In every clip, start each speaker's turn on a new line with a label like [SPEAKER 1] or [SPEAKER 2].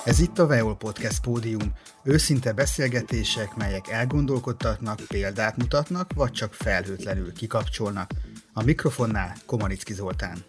[SPEAKER 1] Ez itt a Veol Podcast Pódium, őszinte beszélgetések, melyek elgondolkodtatnak, példát mutatnak, vagy csak felhőtlenül kikapcsolnak. A mikrofonnál Komanicki Zoltán.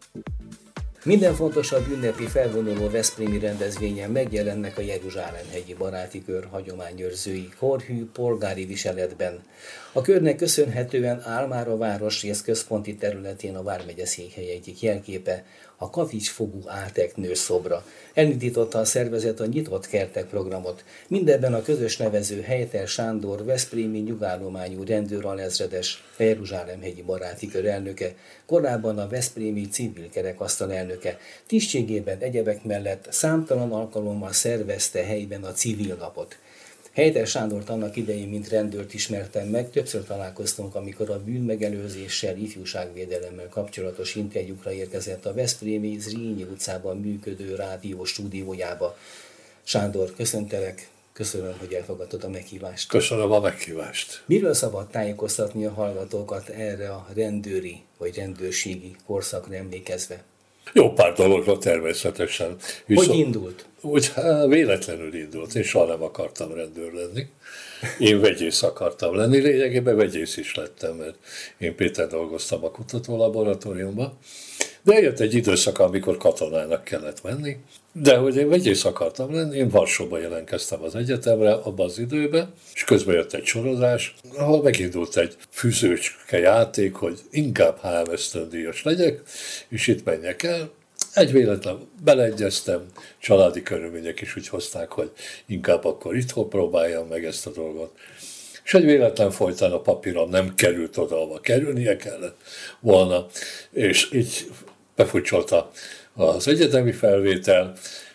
[SPEAKER 2] Minden fontosabb ünnepi felvonuló veszprémi rendezvényen megjelennek a Jeruzsálem-hegyi Baráti Kör hagyományőrzői korhű polgári viseletben. A körnek köszönhetően áll már a városrész központi területén a vármegye székhelye egyik jelképe, a kavicsfogú álteknő szobra. Elindította a szervezet a Nyitott Kertek programot. Mindebben a közös nevező Helyter Sándor, veszprémi nyugállományú rendőralezredes, a Jeruzsálem-hegyi Baráti Kör elnöke, korábban a veszprémi civil kerekasztal elnöke. Tisztségében egyebek mellett számtalan alkalommal szervezte helyben a civil napot. Helyter Sándort annak idején, mint rendőrt ismertem meg, többször találkoztunk, amikor a bűnmegelőzéssel, ifjúságvédelemmel kapcsolatos interjúkra érkezett a veszprémi Zrínyi utcában működő rádió stúdiójába. Sándor, köszöntelek, köszönöm, hogy elfogadtad a meghívást.
[SPEAKER 3] Köszönöm a meghívást.
[SPEAKER 2] Miről szabad tájékoztatni a hallgatókat erre a rendőri vagy rendőrségi korszakra emlékezve?
[SPEAKER 3] Jó pár dologra természetesen.
[SPEAKER 2] Hogy indult?
[SPEAKER 3] Úgy véletlenül indult. Én soha nem akartam rendőr lenni. Én vegyész akartam lenni. Lényegében vegyész is lettem, mert én Péter dolgoztam a kutatólaboratóriumban. De eljött egy időszak, amikor katonának kellett menni. De hogy én vegyész akartam lenni, én Varsóban jelentkeztem az egyetemre abban az időben, és közben jött egy sorozás, ahol megindult egy fűzőcske játék, hogy inkább HM ösztöndíjas legyek, és itt menjek el. Egy véletlen beleegyeztem, családi körülmények is úgy hozták, hogy inkább akkor itthon próbáljam meg ezt a dolgot. És egy véletlen folytán a papírom nem került oda, ahova kerülnie kellett volna, és így befutcsolta az egyetemi felvétel,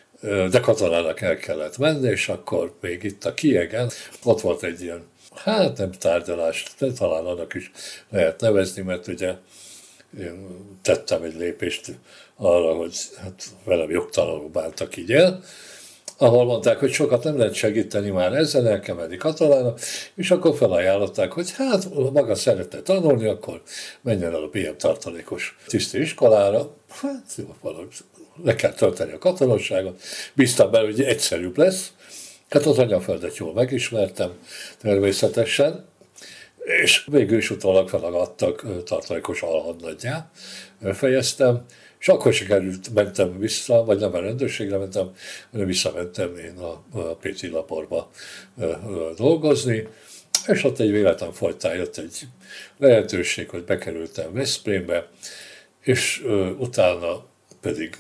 [SPEAKER 3] de katonának el kellett menni, és akkor még itt a Kiegen, ott volt egy ilyen, nem tárgyalás, de talán annak is lehet nevezni, mert ugye én tettem egy lépést arra, hogy velem jogtalanul bántak így el, ahol mondták, hogy sokat nem lehet segíteni már ezzel, el kell menni katonának, és akkor felajánlották, hogy maga szeretne tanulni, akkor menjen el a BM tartalékos tiszti iskolára, le kell tölteni a katonasságot, bíztam bele, hogy egyszerűbb lesz, az anyaföldet jól megismertem természetesen, és végül is utólag felagadtak tartalékos alhadnaggyá, fejeztem, és akkor sikerült, mentem vissza, vagy nem a rendőrségre mentem, hanem visszamentem én a Pécsi laborba dolgozni, és ott egy véletlen folytán jött egy lehetőség, hogy bekerültem Veszprémbe, és utána pedig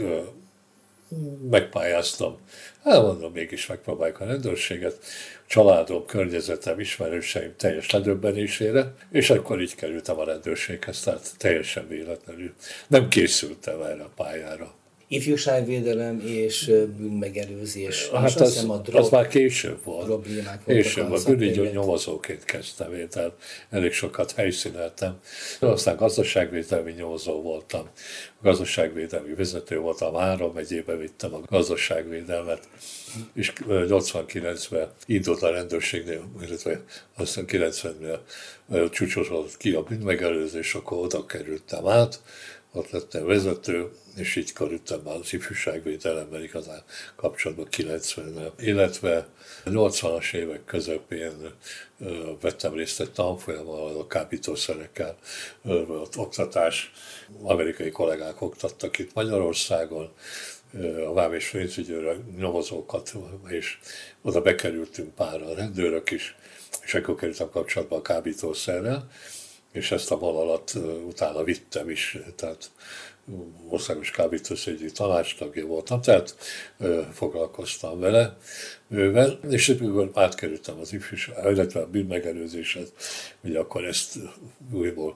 [SPEAKER 3] megpályáztam. Mondom, mégis megpróbáljuk a rendőrséget, családom, környezetem, ismerőseim teljes ledöbbenésére, és akkor így kerültem a rendőrséghez, tehát teljesen véletlenül. Nem készültem erre a pályára.
[SPEAKER 2] Ifjúságvédelem és bűnmegelőzés.
[SPEAKER 3] És az már később volt. Később a bűnügyi nyomozóként kezdtem én, tehát elég sokat helyszíneltem. Aztán gazdaságvédelmi nyomozó voltam, gazdaságvédelmi vezető voltam, 3 megyébe vittem a gazdaságvédelmet, és 89-ben indult a rendőrségnél, illetve aztán 90-ben csúcsosodott ki a bűnmegelőzés, akkor oda kerültem át, ott lettem vezető, és így kerültem az ifjúságvédelemmel igazán kapcsolatban 90-ben. Illetve 80-as évek közepén vettem részt egy tanfolyamon, a kábítószerekkel volt oktatás. Amerikai kollégák oktattak itt Magyarországon, a vám és pénzügyőre nyomozókat, és oda bekerültünk pár rendőrök is, és akkor kerültem kapcsolatban a kábítószerrel, és ezt a vonalat utána vittem is, tehát országos kábítószerügyi tanácstagja voltam, tehát foglalkoztam vele bőven, és amikor átkerültem az ifjúság, illetve a bűnmegelőzéshez, hogy akkor ezt újból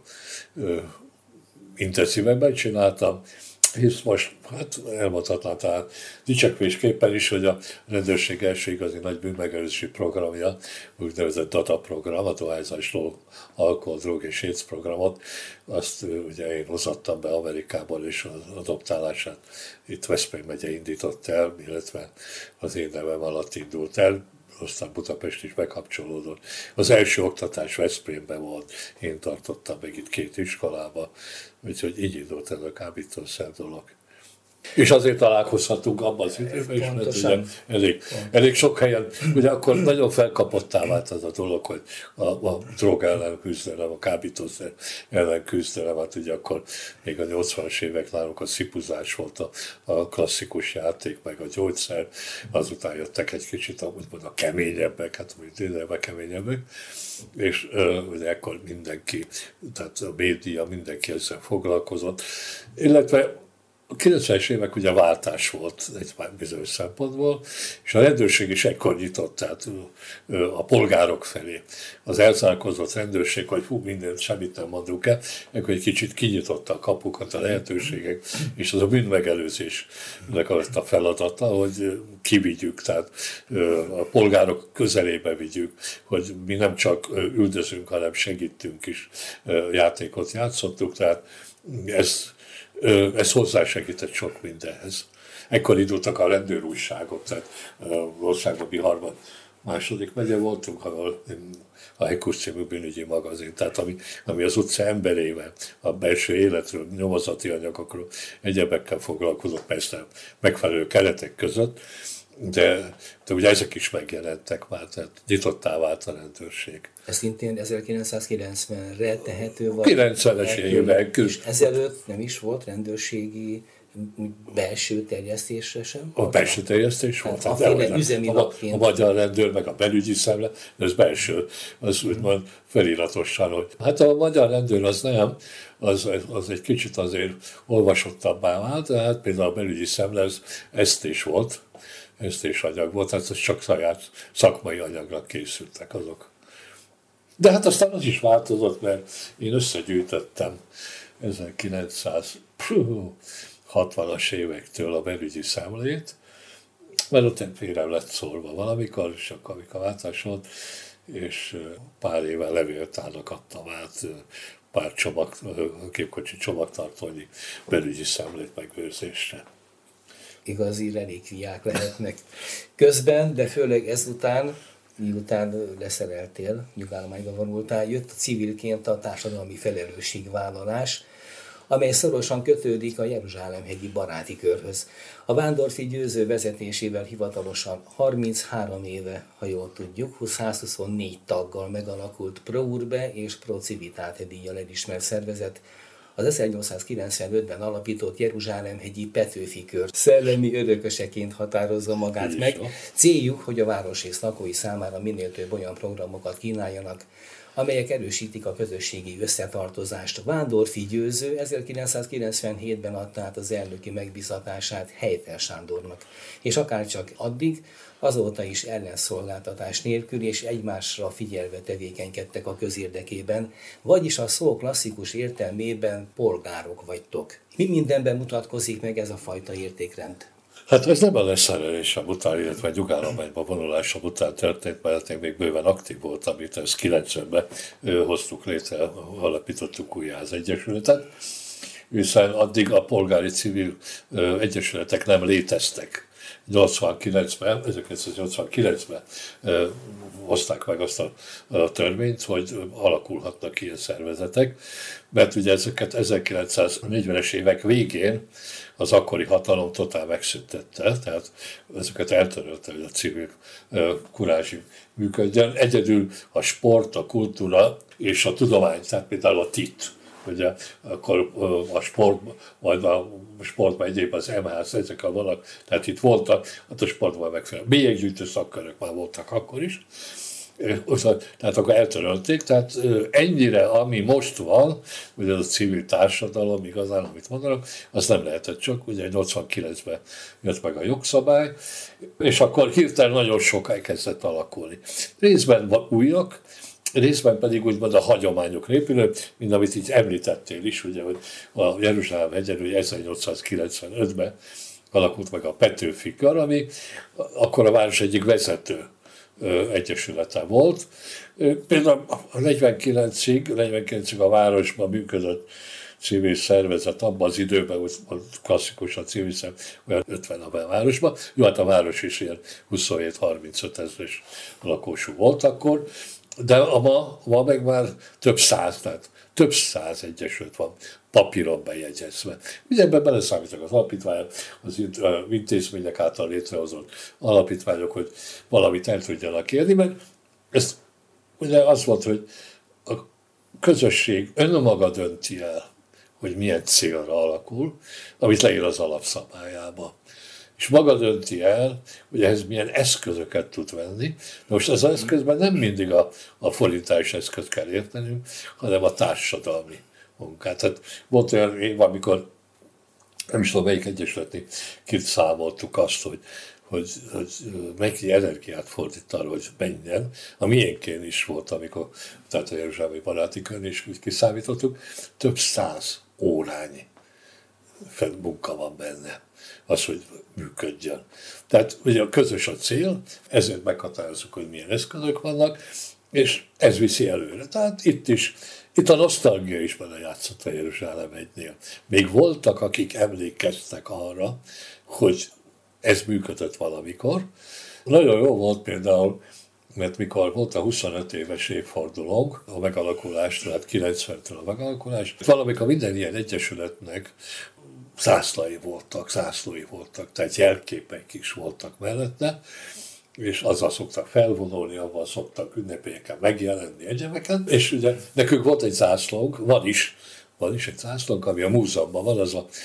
[SPEAKER 3] intenzívebben csináltam, hisz most elmondhatnám talán dicsekvésképpen is, hogy a rendőrség első igazi nagy bűnmegelőzési programja, úgynevezett DATA program, a dohányzásról, alkohol, drog és AIDS programot, azt ugye én hozattam be Amerikából, és az adoptálását itt Veszprém megye indított el, illetve az én nevem alatt indult el, aztán Budapest is bekapcsolódott. Az első oktatás Veszprémben volt, én tartottam meg itt 2 iskolába, úgyhogy így indult ez a kábítószer dolog. És azért találkozhatunk abban az időben is, mert ugye elég sok helyen, ugye akkor nagyon felkapottá vált az a dolog, hogy a drog ellen küzdelem, a kábítószer ellen küzdelem, hát ugye akkor még a 80-as évek nálunk a szipuzás volt a klasszikus játék, meg a gyógyszer, azután jöttek egy kicsit a keményebbek, hát tényleg keményebbek, és ugye akkor mindenki, tehát a média, mindenki ezzel foglalkozott, illetve a 90-es évek ugye váltás volt egy bizonyos szempontból, és a rendőrség is ekkor nyitott, tehát a polgárok felé. Az elzárkózott rendőrség, hogy mindent, semmit nem mondunk el, ekkor egy kicsit kinyitotta a kapukat, a lehetőségek, és az a bűnmegelőzésnek lett a feladata, hogy kivigyük, tehát a polgárok közelébe vigyük, hogy mi nem csak üldözünk, hanem segítünk is, játékot játszottuk, tehát ez hozzásegített sok mindenhez. Ekkor indultak a rendőrújságok, tehát országban Biharban második megye voltunk, ahol a Hekus című bűnügyi magazin, tehát ami az utca emberével, a belső életről, nyomozati anyagokról, egyebekkel foglalkozott, persze megfelelő keretek között, de ugye ezek is megjelentek már, tehát nyitottá vált a rendőrség.
[SPEAKER 2] Ez szintén 1990-re tehető?
[SPEAKER 3] 90-es évek.
[SPEAKER 2] És ezelőtt nem is volt rendőrségi belső terjesztésre sem?
[SPEAKER 3] A belső terjesztés volt.
[SPEAKER 2] Hát a
[SPEAKER 3] magyar rendőr, meg a belügyi szemle, ez belső, az úgymond feliratosan, hogy hát a magyar rendőr az nem, az egy kicsit azért olvasottabbá vált, de hát például a belügyi szemle esztés volt, esztés anyag volt, tehát az csak saját szakmai anyagra készültek azok. De hát aztán az is változott, mert én összegyűjtöttem 1960-as évektől a belügyi számlét, mert ott félre lett szólva valamikor, és akkor amikor váltás volt, és pár éve levéltárnak adtam át pár képkocsi csomagtartónyi belügyi számlét megőrzésre.
[SPEAKER 2] Igazi relikviák lehetnek közben, de főleg ezután, miután leszereltél, nyugállományba vonultál, jött civilként a társadalmi felelősségvállalás, amely szorosan kötődik a Jeruzsálemhegyi baráti körhöz. A Vándorffy Győző vezetésével hivatalosan 33 éve, ha jól tudjuk, 124 taggal megalakult Pro Urbe és Pro Civitate díjjal elismert szervezet, az 1895-ben alapított Jeruzsálemhegyi Petőfi Kör szellemi örököseként határozza magát meg. Céljuk, hogy a városrész lakói számára minél több olyan programokat kínáljanak, amelyek erősítik a közösségi összetartozást. Vándorffy Győző 1997-ben adta át az elnöki megbízatását Helytel Sándornak, és akárcsak addig, azóta is ellenszolgáltatás nélkül és egymásra figyelve tevékenykedtek a közérdekében, vagyis a szó klasszikus értelmében polgárok vagytok. Mi mindenben mutatkozik meg ez a fajta értékrend?
[SPEAKER 3] Hát ez nem a leszerelésem után, illetve nyugállományba vonulásom után történt, mert én még bőven aktív voltam, itt ezt 90-ben hoztuk létre, alapítottuk újjá az Egyesületet, hiszen addig a polgári civil egyesületek nem léteztek. 1989-ben hozták meg azt a törvényt, hogy alakulhatnak ilyen szervezetek, mert ugye ezeket 1940-es évek végén az akkori hatalom totál megszüntette, tehát ezeket eltörölte, hogy a civil kurázsi működjön. Egyedül a sport, a kultúra és a tudomány, tehát például a TIT, ugye akkor a sport, majd a sportban egyéb az MHS, ezek a vannak, tehát itt voltak, hát a sportban megfelelő. Bélyeggyűjtő szakkörök már voltak akkor is, tehát akkor eltörölték, tehát ennyire, ami most van, ugye az a civil társadalom igazán, amit mondanak, az nem lehetett csak, ugye 89-ben jött meg a jogszabály, és akkor hirtelen nagyon sokáig kezdett alakulni. Részben újak, részben pedig úgymond a hagyományok épülő, mint amit így említettél is, ugye, hogy a Jeruzsálemhegyen 1895-ben alakult meg a Petőfi Kör, ami akkor a város egyik vezető egyesülete volt. Például a 49-ig a városban működött civil szervezet, abban az időben, hogy klasszikus a civil szervezet, olyan 50 a városban. Jó, hát a város is ilyen 27-35 ezres lakosú volt akkor, de ma meg már több száz egyesület van. papíron bejegyezve. Mindenben beleszámítok az alapítványok, az intézmények által létrehozott alapítványok, hogy valamit el tudjanak érni, mert ez ugye az volt, hogy a közösség önmaga dönti el, hogy milyen célra alakul, amit leír az alapszabályába. És maga dönti el, hogy ehhez milyen eszközöket tud venni. De most az eszközben nem mindig a forintális eszköz kell értenünk, hanem a társadalmi munkát. Tehát volt olyan év, amikor nem is tudom, melyik egyesületnél kiszámoltuk azt, hogy mennyi energiát fordít arra, hogy menjen. A miénkén is volt, amikor, tehát a Jeruzsálemi Baráti Körnél is úgy kiszámítottuk, több 100 órányi munka van benne, az, hogy működjön. Tehát ugye a közös a cél, ezért meghatározzuk, hogy milyen eszközök vannak, és ez viszi előre. Tehát itt a nosztalgia is belejátszott a Jeruzsálem egynél. Még voltak, akik emlékeztek arra, hogy ez működött valamikor. Nagyon jó volt például, mert mikor volt a 25 éves évfordulónk, a megalakulás, tehát 90-től a megalakulás, valamikor minden ilyen egyesületnek zászlói voltak, tehát jelképek is voltak mellette, és azzal szoktak felvonulni, avval szoktak ünnepélyeken megjelenni egyebeken, és ugye nekünk volt egy zászlónk, van is egy zászlónk, ami a múzeumban van, az a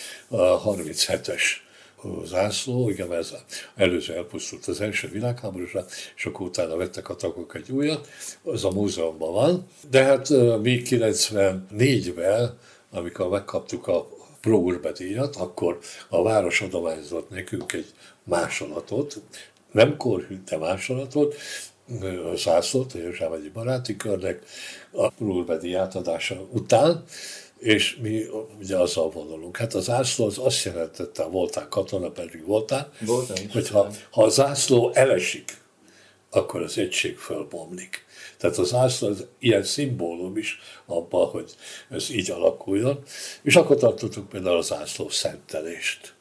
[SPEAKER 3] 37-es zászló, igen, mert ez előző elpusztult az első világháborúsra, és akkor utána vettek a tagok egy újat, az a múzeumban van, de hát mi 94-ben, amikor megkaptuk a Pro Urbe díjat, akkor a város adományozott nekünk egy másolatot, nem korhűt, de másolatot, a zászlót, a Jeruzsálemi Baráti Körnek a Pro Urbe díj átadása után, és mi ugye azzal vonulunk. Hát a zászló az azt jelentette, voltál katona, pedig voltál, hogy ha a zászló elesik, akkor az egység fölbomlik. Tehát az zászló az ilyen szimbólum is abban, hogy ez így alakuljon. És akkor tartottuk például a zászló szentelést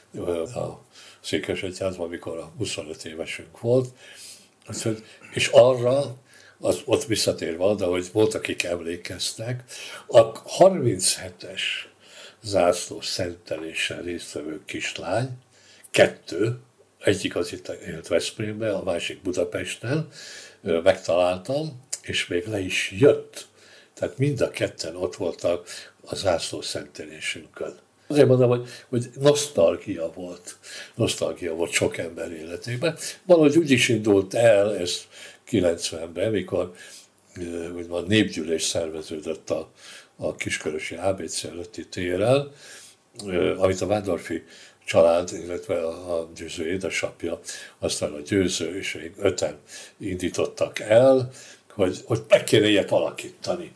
[SPEAKER 3] a Székesegyházban, amikor a 25 évesünk volt. És arra, ott visszatérve oda, hogy voltak, akik emlékeztek, a 37-es zászló szentelésen résztvevő kislány, 2, egyik az itt élt Veszprémben, a másik Budapesten, megtaláltam, és még le is jött. Tehát mind a ketten ott voltak a zászló szentelésünkön. Azért mondom, hogy nosztalgia volt sok ember életében. Valahogy úgy is indult el ez 90-ben, mikor úgymond népgyűlés szerveződött a Kiskörösi ABC előtti téren, amit a Vándorfi család, illetve a Győző édesapja, aztán a Győző és még 5-en indítottak el, hogy meg kéne ilyet alakítani.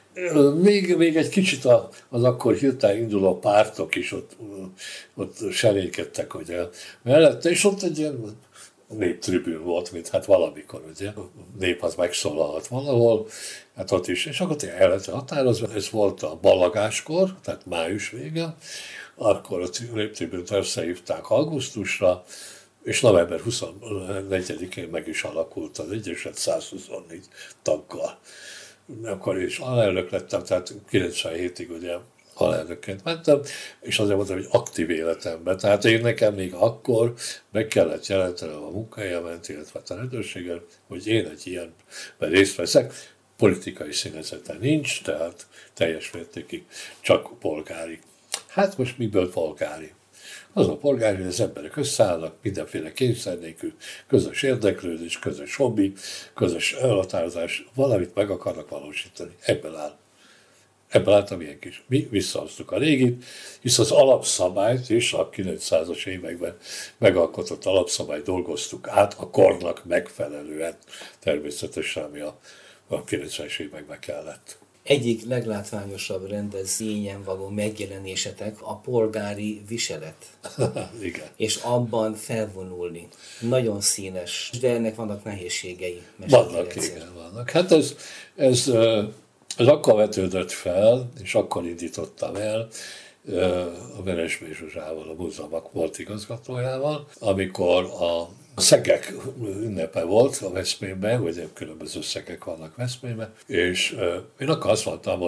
[SPEAKER 3] Még egy kicsit az akkor hirtelen induló pártok is ott serénykedtek, hogy mellette, és ott egy ilyen néptribűn volt, mint hát valamikor, ugye. A nép az megszólalhat valahol, hát ott is, és akkor el lett határozva. Ez volt a ballagáskor, tehát május vége, akkor a néptribűnt összehívták augusztusra, és november 24-én meg is alakult az Egyesület 124 taggal. Akkor is alelnök lettem, tehát 97-ig ugye alelnökként mentem, és azért mondtam, hogy aktív életemben. Tehát én nekem még akkor meg kellett jelentenem a munkahelyemet, illetve a rendőrséggel, hogy én egy ilyenben részt veszek. Politikai színezete nincs, tehát teljes mértékig csak polgári. Hát most miből polgári? Az a polgári, hogy az emberek összeállnak, mindenféle kényszer nélkül, közös érdeklődés, közös hobbi, közös elhatározás, valamit meg akarnak valósítani. Ebben állt a milyen kis. Mi visszahoztuk a régit, hisz az alapszabályt és a 900-as években megalkotott alapszabályt dolgoztuk át a kornak megfelelően, természetesen, ami a 90-es években kellett.
[SPEAKER 2] Egyik leglátványosabb rendezvényen való megjelenésetek a polgári viselet.
[SPEAKER 3] Igen.
[SPEAKER 2] És abban felvonulni. Nagyon színes, de ennek vannak nehézségei.
[SPEAKER 3] Vannak. Hát ez akkor vetődött fel, és akkor indítottam el a Veresmé Zsuzsával, a múzeumok volt igazgatójával, amikor a szegek ünnepe volt a Veszprémben, ugye különböző szegek vannak Veszprémben, és én akkor azt mondtam, hogy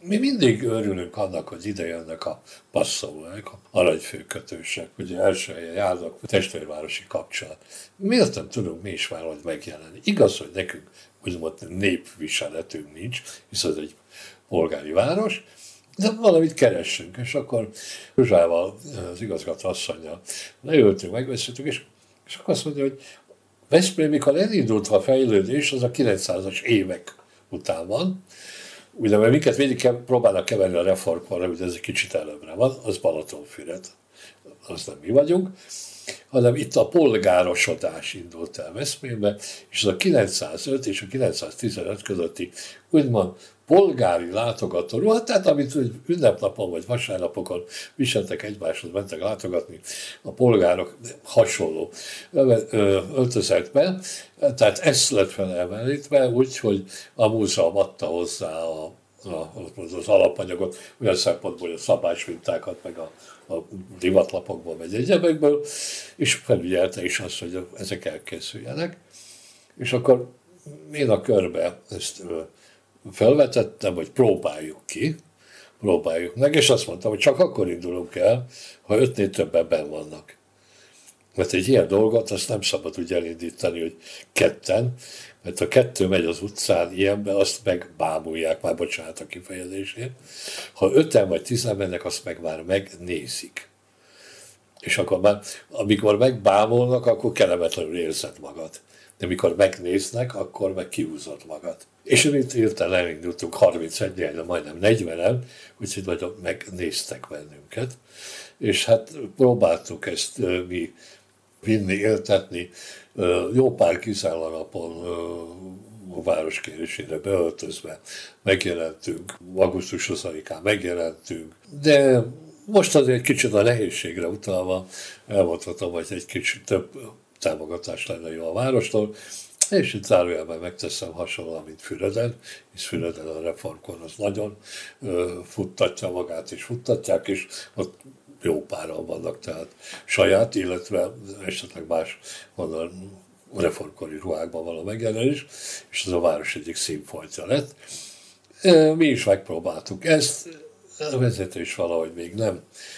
[SPEAKER 3] Mi mindig örülünk annak, hogy ide jönnek a passzolók, a aranyfőkötősek, ugye első helyen járnak a testvérvárosi kapcsolat. Miért nem tudunk mi is valahogy megjelenni? Igaz, hogy nekünk úgymond népviseletünk nincs, hiszen ez egy polgári város, de valamit keressünk, és akkor Zsuzsával, az igazgató asszonnyal leültünk, megbeszéltük, és akkor azt mondja, hogy Veszprém, mikor elindult a fejlődés, az a 900-as évek után van, ugye, mert minket végig próbálnak keverni a reformkorra, ugye ez egy kicsit előbbre van, az Balatonfüred, az nem mi vagyunk, hanem itt a polgárosodás indult el Veszprémbe, és az a 905 és a 915 közötti úgymond polgári látogatóruha, tehát amit ünnepnapon vagy vasárnapokon viseltek egymáshoz, mentek látogatni a polgárok hasonló öltözetben, tehát ez lett felemelítve, úgyhogy a múzeum adta hozzá az alapanyagot, olyan szempontból, hogy a szabásmintákat, meg a divatlapokból, vagy egyebekből, és felügyelte is azt, hogy ezek elkészüljenek. És akkor én a körbe ezt felvetettem, hogy próbáljuk meg, és azt mondtam, hogy csak akkor indulunk el, ha 5-nél többen benn vannak. Mert egy ilyen dolgot azt nem szabad úgy elindítani, hogy ketten, mert ha 2 megy az utcán ilyenbe, azt megbámulják, már bocsánat a kifejezésért. Ha 5-en vagy 10 mennek, azt meg már megnézik. És akkor már, amikor megbámulnak, akkor kellemetlenül érzed magad. De amikor megnéznek, akkor meg kihúzod magad. És itt hirtelen elindultunk 31-en, de majdnem 40-en, úgyhogy nagyon megnéztek bennünket. És hát próbáltuk ezt mi vinni, éltetni. Jó pár kiszállónapon a városkérésére beöltözve megjelentünk, augusztus 20-án megjelentünk, de most azért kicsit a nehézségre utalva elmondhatom, hogy egy kicsit több támogatás lenne jó a várostól, és itt zárójelben megteszem hasonlóan, mint Füreden, hisz Füreden a reformkor az nagyon futtatja magát, és futtatják, és ott jó páran vannak, tehát saját, illetve esetleg más van a reformkori ruhákban való megjelenés, és ez a város egyik színfoltja lett. Mi is megpróbáltuk ezt, a vezetés valahogy még nem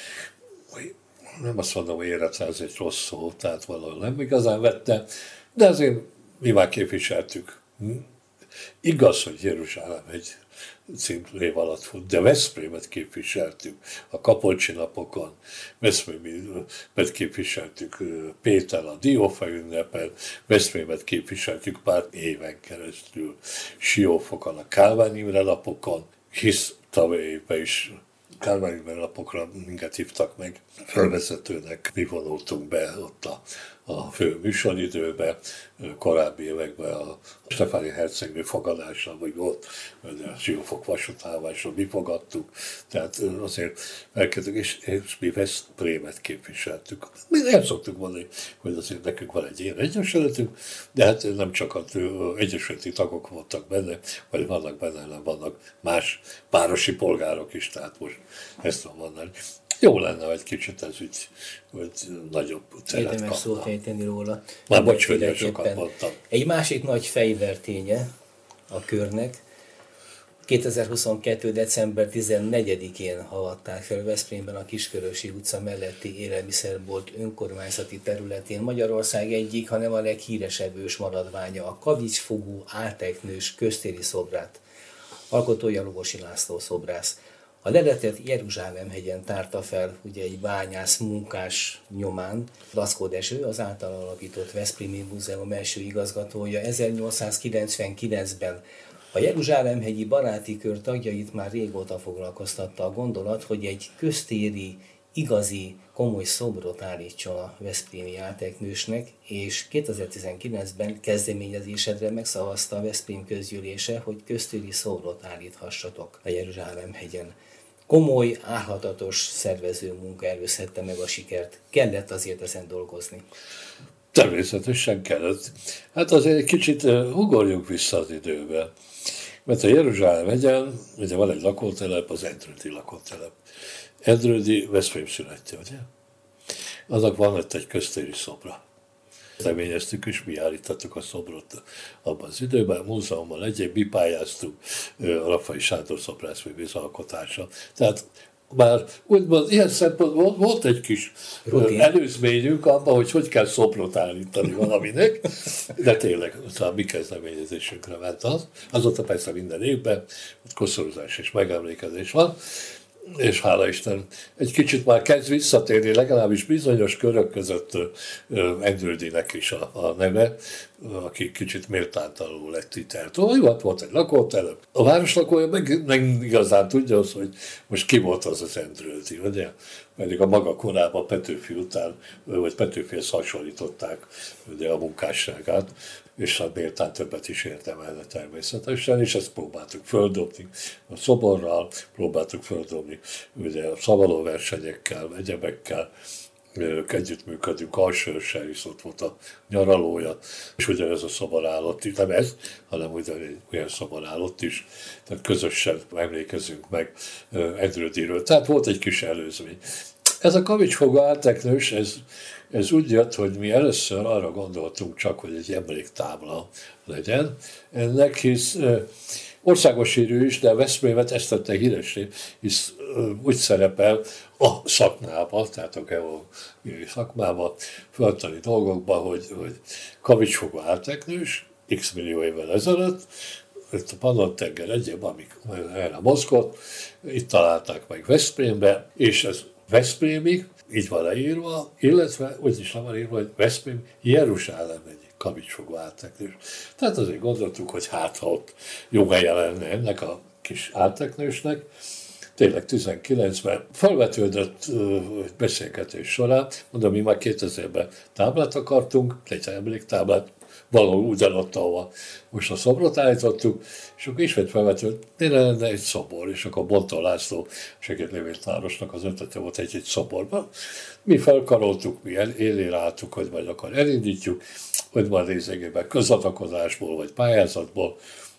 [SPEAKER 3] azt mondom, hogy életre ez egy rossz szó, tehát valahol nem igazán vette, de azért mi már képviseltük. Igaz, hogy Jeruzsálem egy címnév alatt fut, de Veszprémet képviseltük a Kapolcsi napokon, Veszprémet képviseltük Péter a Diófa ünnepen, Veszprémet képviseltük pár éven keresztül Siófokon a Kálmán Imre napokon, hisz tavaly évben is Kálmán Imre napokra minket hívtak meg felvezetőnek, mi vonultunk be ott a fő műsoridőbe, korábbi években a Stefáni hercegnő fogadása, vagy volt, a Siófok vasútállomásról mi fogadtuk, tehát azért elkezdtük, és mi Veszprémet képviseltük. Mi el szoktuk mondani, hogy azért nekünk van egy ilyen egyesületünk, de hát nem csak az egyesületi tagok voltak benne, vagy vannak benne, hanem vannak más városi polgárok is, tehát most ezt tudom mondani. Jó lenne, hogy kicsit ez úgy, hogy nagyobb teret kapna.
[SPEAKER 2] Érdemes szót ejteni róla.
[SPEAKER 3] Már bocs, hogy sokat mondtam.
[SPEAKER 2] Egy másik nagy fegyverténye a körnek, 2022. december 14-én haladták fel Veszprémben a Kiskörösi utca melletti élelmiszerbolt önkormányzati területén Magyarország egyik, hanem a leghíresebb ős maradványa, a kavicsfogú álteknős köztéri szobrát. Alkotója Lugosi László szobrász. A leletet Jeruzsálemhegyen tárta fel, ugye egy bányász munkás nyomán. Laszkó Dezső, az által alapított Veszprémi Múzeum első igazgatója 1899-ben. A Jeruzsálemhegyi baráti kör tagjait már régóta foglalkoztatta a gondolat, hogy egy köztéri, igazi, komoly szobrot állítson a veszprémi álteknősnek, és 2019-ben kezdeményezésedre megszavazta a Veszprém közgyűlése, hogy köztéri szobrot állíthassatok a Jeruzsálemhegyen. Komoly, állhatatos szervező munka előzhette meg a sikert. Kellett azért ezen dolgozni.
[SPEAKER 3] Természetesen kellett. Hát azért egy kicsit ugorjunk vissza az időbe. Mert a Jeruzsálemhegyen, ugye van egy lakótelep, az Endrődi lakótelep. Endrődi Veszprém születje, ugye? Annak van ott egy köztéri szobra. Kezdeményeztük, és mi állítottuk a szobrot abban az időben, múzeumban egyéb, mi pályáztunk a Rafai Sándor szobrászművész alkotása. Tehát már úgymond ilyen szempontból volt egy kis előzményünk abban, hogy kell szobrot állítani valaminek, de tényleg a mi kezdeményezésünkre ment az. Azóta persze minden évben koszorúzás és megemlékezés van, és hála Isten, egy kicsit már kezd visszatérni, legalábbis bizonyos körök között Endrődinek is a neve, aki kicsit méltánytalanul lett itt eltolva. Volt egy lakótelep. A városlakója meg igazán tudja az, hogy most ki volt az Endrődi, ugye? Pedig a maga korában Petőfi után, vagy Petőfihez hasonlították ugye, a munkásságát, és a méltán többet is érdemelne természetesen, és ezt próbáltuk földobni a szoborral, próbáltuk földobni ugye, a szavalóversenyekkel, egyebekkel, együttműködünk Alsőrssel, is ott volt a nyaralója, és ugyanez a szobor állott is, nem ez, hanem olyan szobor állott is, tehát közösen emlékezünk meg Endrődiről. Tehát volt egy kis előzmény. Ez a kavicsfogó álteknős, ez úgy jött, hogy mi először arra gondoltunk csak, hogy egy emléktábla legyen ennek, hisz országos hírű is, de a Veszprémet ezt tette híressé, hisz úgy szerepel a szakmában, tehát a geológiai szakmában, föltani dolgokban, hogy kavicsfogó álteknős, x millió évvel ezelőtt, itt a Pannon-tenger egyéb, amik erre mozgott, itt találták meg Veszprémbe, és ez Veszprémig, így van leírva, illetve úgy is van írva, hogy Veszprém Jeruzsálem egy kavicsfogó álteknős. Tehát azért gondoltuk, hogy hát ha ott jó helye lenne ennek a kis álteknősnek. Tényleg 19-ben felvetődött beszélgetés során, mondom, mi már 2000-ben táblát akartunk, egy emléktáblát, valahol ugyanott, ahol most a szobrot állítottuk, és akkor ismét felvetődött, miért lenne egy szobor, és akkor Bontó László segédlevéltárosnak az ötlete volt egy szoborban. Mi felkaroltuk, mi élére álltuk, hogy majd akkor elindítjuk, hogy majd részegében közadakozásból, vagy pályázatból.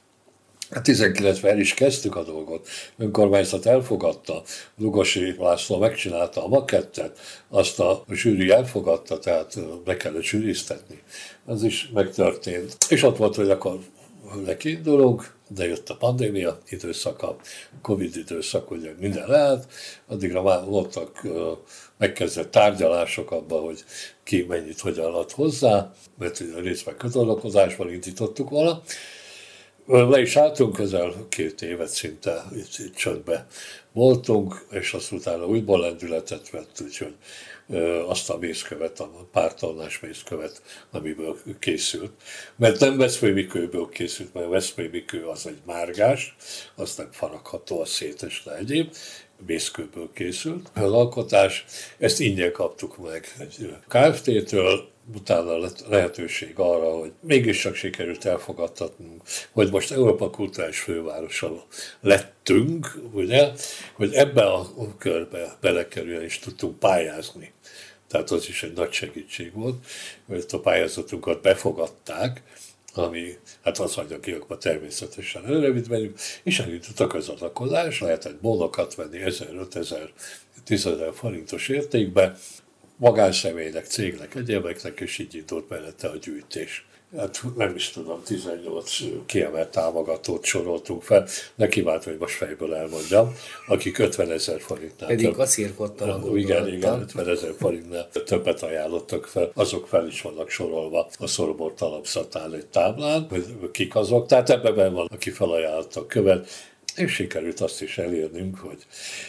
[SPEAKER 3] 19-ben el is kezdtük a dolgot. Önkormányzat elfogadta, Lugosi László megcsinálta a makettet, azt a zsűri elfogadta, tehát be kellett zsűriztetni. Ez is megtörtént. És ott volt, hogy akkor nekiindulunk, de jött a pandémia időszaka, Covid időszak, ugye minden lehet, addigra már voltak megkezdett tárgyalások abban, hogy ki mennyit hogyan ad hozzá, mert részben közadakozásban indítottuk volna. Le is álltunk, közel 2 évet szinte itt csöndbe voltunk, és azt utána újból lendületet vett, úgyhogy azt a mészkövet, a pár tonnás mészkövet, amiből készült. Mert nem veszprémi kőből készült, mert a veszprémi kő az egy márgás, az nem faragható, az szétesne egyéb, mészkőből készült. Az alkotás, ezt ingyen kaptuk meg egy Kft-től, utána lett lehetőség arra, hogy mégiscsak sikerült elfogadtatnunk, hogy most Európa kulturális fővárosa lettünk, ugye, hogy ebbe a körbe belekerülni és tudtunk pályázni. Tehát az is egy nagy segítség volt, hogy a pályázatunkat befogadták, ami hát az anyagiakban természetesen előrevitvenjük, és elindult a közadakozás, lehetett bónokat venni 1000-5000 forintos értékbe, magánszemélynek, cégnek, egyébeknek, és így indult mellette a gyűjtés. Hát nem is tudom, 18 kiemelt támogatót soroltunk fel, ne kívánt, hogy most fejből elmondjam, akik 50 000 forintnál
[SPEAKER 2] pedig kacérkodtam a gondolattal.
[SPEAKER 3] Igen, 50 000 forintnál többet ajánlottak fel, azok fel is vannak sorolva a Szorobor talapzatán egy táblán, hogy kik azok, tehát ebben van, aki felajánlotta a követ, és sikerült azt is elérnünk, hogy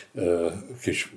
[SPEAKER 3] kis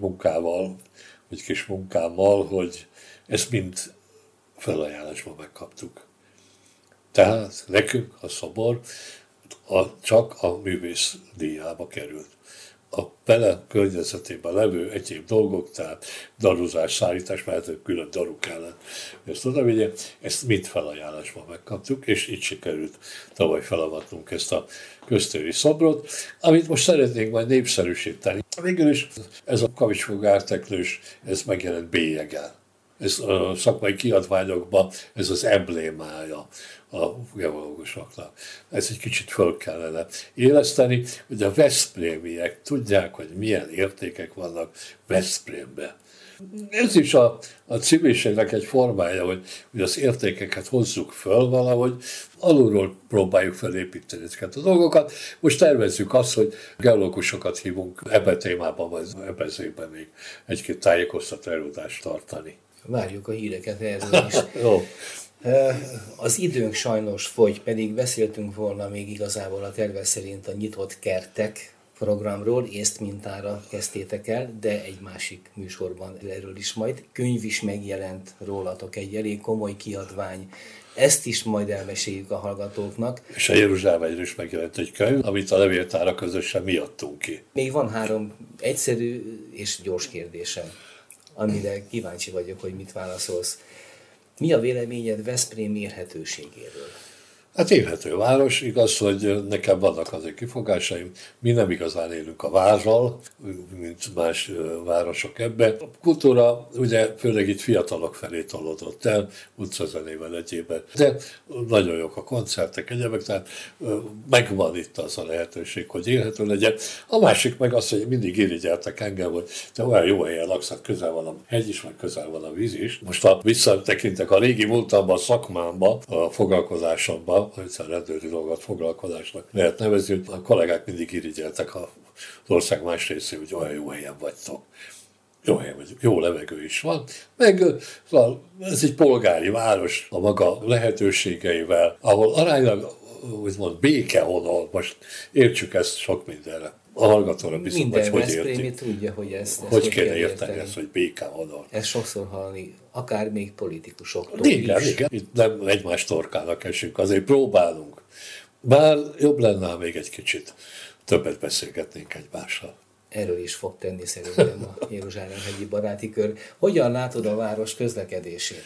[SPEAKER 3] munkámmal, hogy ezt mind felajánlásban megkaptuk. Tehát nekünk a szobor csak a művész díjába került. A vele környezetében levő egyéb dolgok, tehát daruzás, szállítás, mert külön daru kellett, ezt oda vigye, ezt mind felajánlásban megkaptuk, és így sikerült tavaly felavatnunk ezt a köztéri szobrot, amit most szeretnénk majd népszerűsíteni. Végül is ez a kavicsfogó álteknős, ez megjelent bélyegel. Ez a szakmai kiadványokban ez az emblémája a geológusoknak. Ez egy kicsit föl kellene éleszteni, hogy a veszprémiek tudják, hogy milyen értékek vannak Veszprémben. Ez is a civilségnek egy formája, hogy az értékeket hozzuk föl valahogy, alulról próbáljuk felépíteni ezeket a dolgokat. Most tervezzük azt, hogy geológusokat hívunk ebben a témában, vagy ebben az évben még egy-két tájékoztató előadást tartani.
[SPEAKER 2] Várjuk a híreket erről is.
[SPEAKER 3] Jó.
[SPEAKER 2] Az időnk sajnos fogy, pedig beszéltünk volna még igazából a terve szerint a nyitott kertek programról, észt mintára kezdtétek el, de egy másik műsorban erről is majd. Könyv is megjelent rólatok, egy elég komoly kiadvány. Ezt is majd elmeséljük a hallgatóknak.
[SPEAKER 3] És a Jeruzsálemről is megjelent egy könyv, amit a levéltára közösen mi adtunk ki.
[SPEAKER 2] Még van 3 egyszerű és gyors kérdésem, amire kíváncsi vagyok, hogy mit válaszolsz. Mi a véleményed Veszprém érhetőségéről?
[SPEAKER 3] Hát élhető város, igaz, hogy nekem vannak azért kifogásaim, mi nem igazán élünk a várral, mint más városok ebben. A kultúra ugye főleg itt fiatalok felé tolódott el, utcazenével egyébben, de nagyon jók a koncertek, egyébek, tehát megvan itt az a lehetőség, hogy élhető legyen. A másik meg az, hogy mindig irigyeltek engem, hogy te olyan jó helyen laksz, hát közel van a hegy is, meg közel van a víz is. Most ha visszatekintek a régi múltamban, a szakmámban, a foglalkozásomban, hogy a rendőri dolgot foglalkozásnak lehet nevezni, a kollégák mindig irigyeltek az ország más részén, hogy olyan jó helyen vagytok. Jó helyen vagyok, jó levegő is van, meg ez egy polgári város a maga lehetőségeivel, ahol aránylag úgymond békehonol, most értsük ezt sok mindenre. A hallgatóra bizony, hogy érti.
[SPEAKER 2] Tudja, hogy ezt
[SPEAKER 3] hogy kéne érteni ezt, hogy békehonol.
[SPEAKER 2] Ezt sokszor hallani, akár még politikusoktól
[SPEAKER 3] igen,
[SPEAKER 2] is.
[SPEAKER 3] Igen, itt nem egymás torkának esünk, azért próbálunk. Bár jobb lenne, még egy kicsit többet beszélgetnénk egymással.
[SPEAKER 2] Erről is fog tenni szerintem a Jeruzsálem-hegyi baráti kör. Hogyan látod a város közlekedését?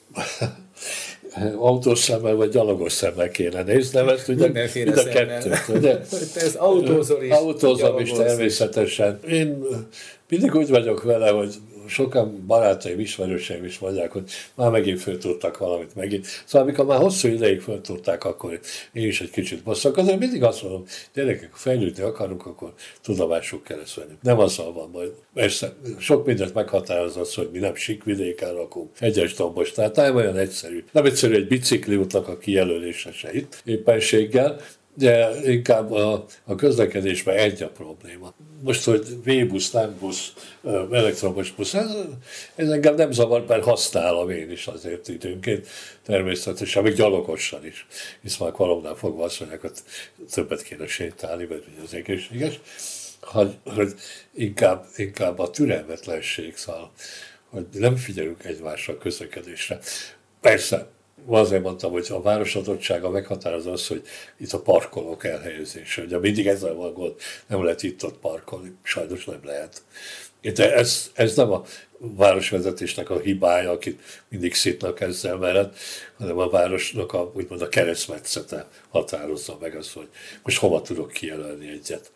[SPEAKER 3] Autós szemmel vagy gyalogos szemmel kéne néznem ezt, ugye?
[SPEAKER 2] Mindenféle szemmel. Ez autózol is.
[SPEAKER 3] Autózom is természetesen. Én mindig úgy vagyok vele, hogy sokan barátaim, ismerőseim is mondják, hogy már megint föl tudtak valamit megint. Szóval amikor már hosszú ideig föl tudták, akkor én is egy kicsit bosszak. Mindig azt mondom, gyerekek, fejlődni akarunk, akkor tudomásuk kell ezt venni. Nem azzal van majd. Persze, sok mindent meghatároz az, hogy mi nem síkvidéken lakunk, egyes dombos, tehát nem olyan egyszerű. Nem egyszerű egy bicikliútnak a kijelölése se itt éppenséggel, de inkább a közlekedésben egy a probléma. Most, hogy V-busz, nem busz, elektromos busz, ez engem nem zavar, mert használom én is azért időnként, természetesen, még gyalogosan is, hisz már koromnál fogva azt mondják, hogy többet kéne sétálni, mert az egészséges, hogy inkább a türelmetlenség, szóval, hogy nem figyelünk egymásra a közlekedésre. Persze, azért mondtam, hogy a városadottsága meghatározza az, hogy itt a parkolók elhelyezése. Ugye mindig ezzel van gond, nem lehet itt-ott parkolni, sajnos nem lehet. De ez nem a városvezetésnek a hibája, akit mindig szitnak ezzel mellett, hanem a városnak úgymond a keresztmetszete határozza meg azt, hogy most hova tudok kijelölni egyet.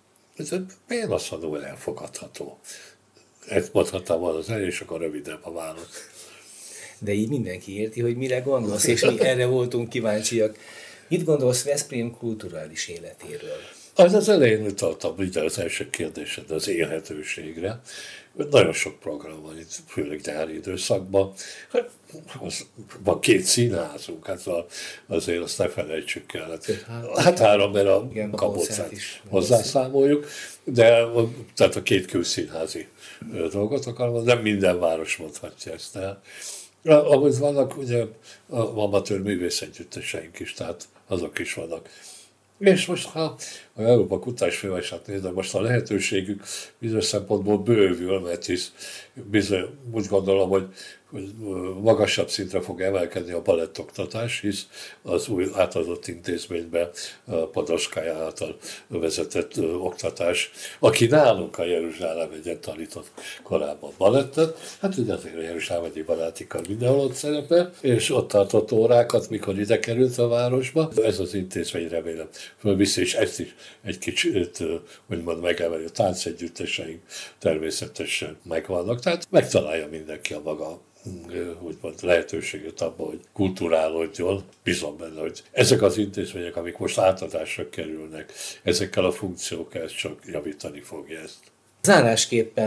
[SPEAKER 3] Én azt mondom, hogy elfogadható. Ezt mondhattam volna az elég, és akkor rövidebb a válasz.
[SPEAKER 2] De így mindenki érti, hogy mire gondolsz, és mi erre voltunk kíváncsiak. Mit gondolsz Veszprém kulturális életéről?
[SPEAKER 3] Az elején utaltam minden az első kérdésed az élhetőségre. Nagyon sok program van itt, főleg nyári időszakban. Van 2 színházunk, hát azért azt ne felejtsük el. Hát 3, mert a Kabocát hozzászámoljuk, de tehát a 2 külszínházi dolgot akarom, nem minden város mondhatja ezt el. Ahogy vannak ugye amatőr művészegyütteseink is, tehát azok is vannak. És most, ha a Európa Kutatásfővárosát nézem, most a lehetőségük bizonyos szempontból bővül, mert hisz bizony, úgy gondolom, hogy magasabb szintre fog emelkedni a balettoktatás, hisz az új átadott intézményben Podolskája által vezetett oktatás, aki nálunk a Jeruzsálem-hegyen tanított korábban balettet, hát ugye azért a Jeruzsálem-hegyi baráti kar mindenhol ott szerepel, és ott tartott órákat, mikor ide került a városba. Ez az intézmény remélem fölviszi, és ezt is egy kicsit, úgymond megemeli, a táncegyütteseink természetesen megvannak, tehát megtalálja mindenki a maga úgymond lehetőséget abban, hogy kulturálódjon. Bízom benne, hogy ezek az intézmények, amik most átadásra kerülnek, ezekkel a funkciókkal ezt csak javítani fogja ezt.
[SPEAKER 2] Zárásképpen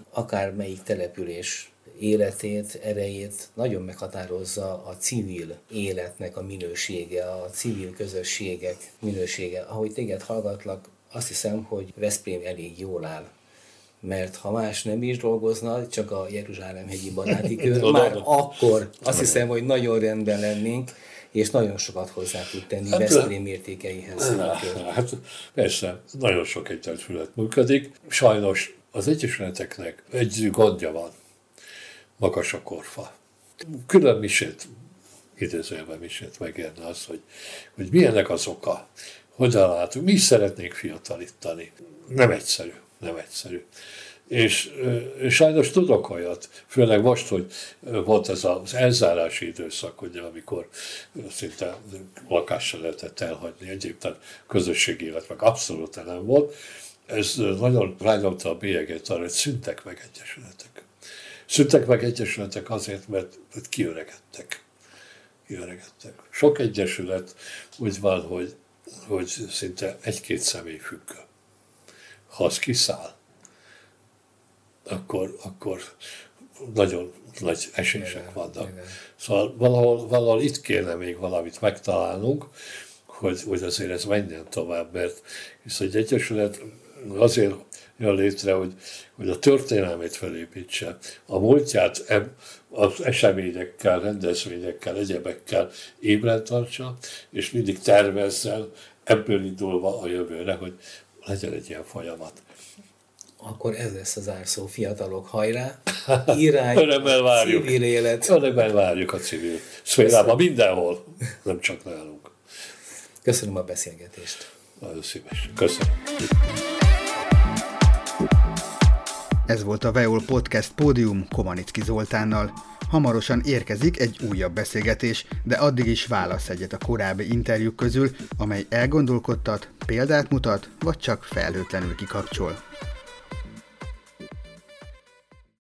[SPEAKER 2] akármelyik település életét, erejét nagyon meghatározza a civil életnek a minősége, a civil közösségek minősége. Ahogy téged hallgatlak, azt hiszem, hogy Veszprém elég jól áll. Mert ha más nem is dolgozna, csak a Jeruzsálemhegyi Baráti Kör, már akkor azt hiszem, hogy nagyon rendben lennénk, és nagyon sokat hozzá tud tenni Veszprém értékeihez.
[SPEAKER 3] Hát persze, nagyon sok egyesület működik. Sajnos az egyesületeknek egy gondja van, magas a korfa. Külön misét, idézőjelben misét megérne az, hogy milyenek az oka, hogyan látunk, mi is szeretnénk fiatalítani. Nem egyszerű. És sajnos tudok olyat, főleg most, hogy volt ez az elzárási időszak, ugye, amikor szinte lakással lehetett elhagyni, egyébként közösségi élet meg abszolút nem volt. Ez nagyon rányomta a bélyeget arra, hogy szűntek meg egyesületek. Szűntek meg egyesületek azért, mert kiöregedtek. Sok egyesület úgy van, hogy szinte egy-két személy függő. Ha az kiszáll, akkor nagyon nagy esések vannak. Szóval valahol itt kéne még valamit megtalálnunk, hogy azért ez menjen tovább, mert hisz egy egyesület azért jön létre, hogy a történelmét felépítse, a múltját az eseményekkel, rendezvényekkel, egyebekkel ébren tartsa, és mindig tervezzen, ebből indulva a jövőre, hogy legyen egy ilyen folyamat.
[SPEAKER 2] Akkor ez lesz az zárszó, fiatalok, hajrá, irány,
[SPEAKER 3] civil
[SPEAKER 2] élet.
[SPEAKER 3] Örömmel várjuk a civil szférában, mindenhol, nem csak nálunk.
[SPEAKER 2] Köszönöm a beszélgetést.
[SPEAKER 3] Nagyon szívesen. Köszönöm.
[SPEAKER 1] Ez volt a VEOL Podcast Pódium Komanicki Zoltánnal. Hamarosan érkezik egy újabb beszélgetés, de addig is válasz egyet a korábbi interjúk közül, amely elgondolkodtat, példát mutat, vagy csak felhőtlenül kikapcsol.